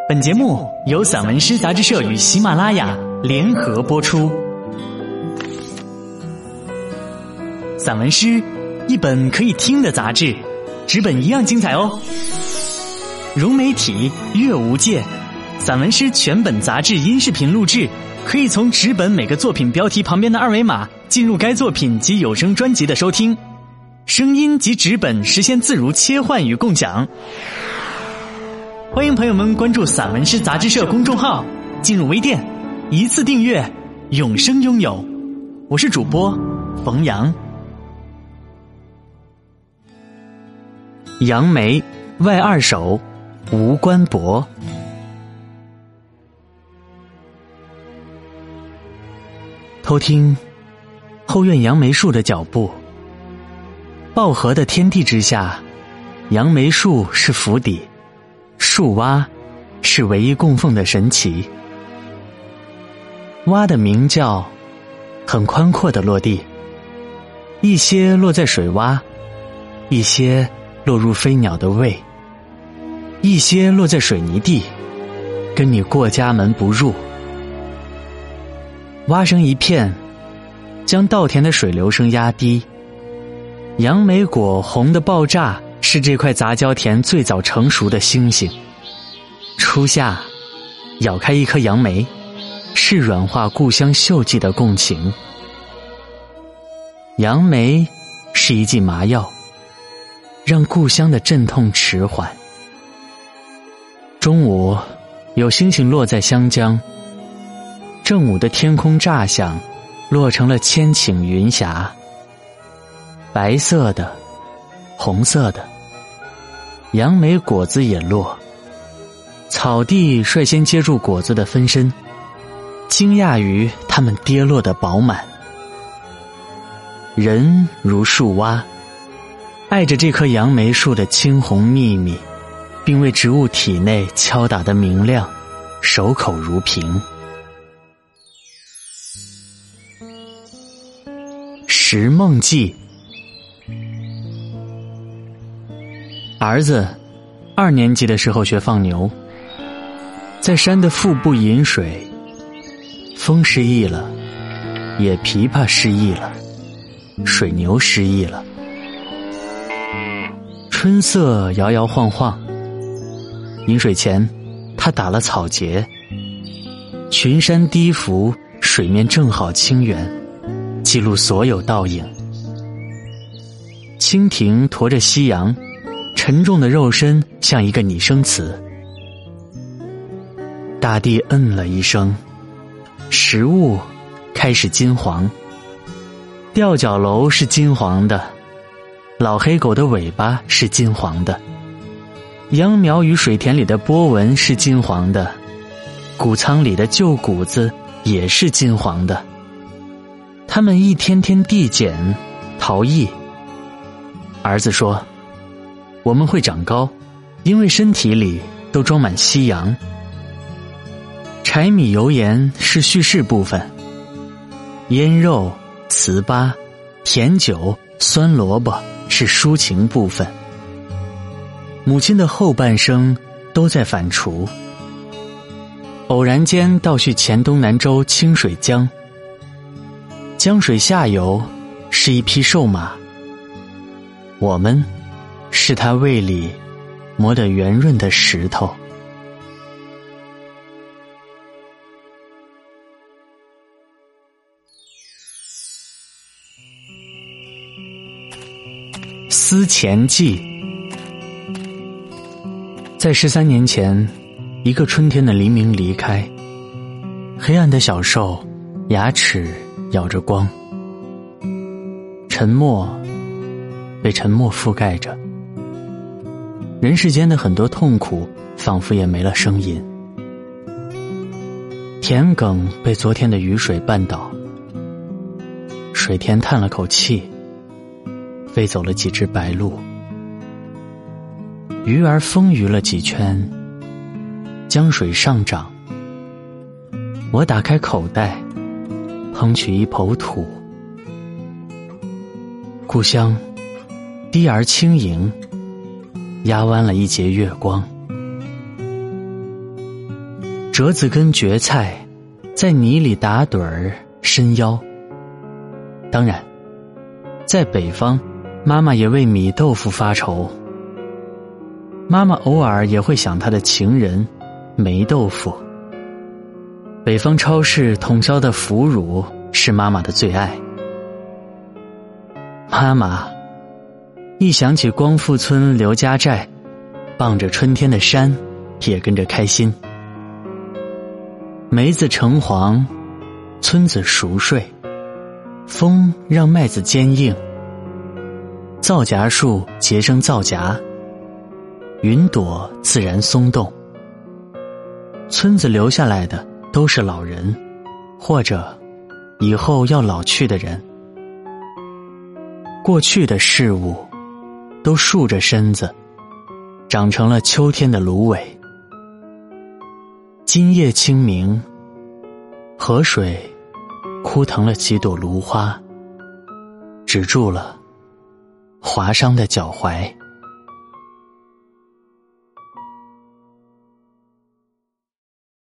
本节目由散文诗杂志社与喜马拉雅联合播出。散文诗，一本可以听的杂志，纸本一样精彩哦。融媒体，阅无界，散文诗全本杂志音视频录制，可以从纸本每个作品标题旁边的二维码进入该作品及有声专辑的收听，声音及纸本实现自如切换与共享。欢迎朋友们关注散文诗杂志社公众号，进入微店，一次订阅，永生拥有。我是主播冯阳。杨梅外二首，吴官博。偷听后院杨梅树的脚步，抱合的天地之下，杨梅树是府邸，树蛙是唯一供奉的神奇。蛙的鸣叫很宽阔的落地，一些落在水洼，一些落入飞鸟的胃，一些落在水泥地，跟你过家门不入。蛙声一片，将稻田的水流声压低。杨梅果红的爆炸，是这块杂交田最早成熟的星星。初夏，咬开一颗杨梅，是软化故乡锈迹的共情。杨梅是一剂麻药，让故乡的阵痛迟缓。中午，有星星落在湘江，正午的天空乍响，落成了千顷云霞，白色的，红色的。杨梅果子也落，草地率先接住果子的分身，惊讶于它们跌落的饱满。人如树蛙，爱着这棵杨梅树的青红秘密，并为植物体内敲打得明亮，守口如瓶。石梦记。儿子2年级的时候学放牛，在山的腹部饮水，风失忆了，野琵琶失忆了，水牛失忆了。春色摇摇晃晃，饮水前他打了草结，群山低伏，水面正好清圆，记录所有倒影。蜻蜓驮着夕阳，沉重的肉身像一个拟声词。大地嗯了一声，食物开始金黄。吊脚楼是金黄的，老黑狗的尾巴是金黄的，秧苗与水田里的波纹是金黄的，谷仓里的旧谷子也是金黄的。它们一天天递减逃逸。儿子说，我们会长高，因为身体里都装满夕阳。柴米油盐是叙事部分，腌肉、糍粑、甜酒、酸萝卜是抒情部分。母亲的后半生都在反刍。偶然间倒叙黔东南州清水江，江水下游是一匹瘦马，我们是他胃里磨得圆润的石头。思前记。在13年前，一个春天的黎明离开，黑暗的小兽牙齿咬着光，沉默被沉默覆盖着，人世间的很多痛苦仿佛也没了声音。田埂被昨天的雨水绊倒，水田叹了口气，飞走了几只白鹭。鱼儿丰腴了几圈，江水上涨。我打开口袋，烹取一抔土。故乡低而轻盈，压弯了一截月光。 折子根蕨菜，在泥里打盹儿伸腰。当然，在北方，妈妈也为米豆腐发愁。妈妈偶尔也会想她的情人霉豆腐。北方超市统销的腐乳是妈妈的最爱。妈妈一想起光复村刘家寨，傍着春天的山也跟着开心。梅子橙黄，村子熟睡，风让麦子坚硬，皂荚树结生皂荚，云朵自然松动。村子留下来的都是老人，或者以后要老去的人。过去的事物都竖着身子，长成了秋天的芦苇。今夜清明，河水枯藤了几朵芦花，止住了划伤的脚踝。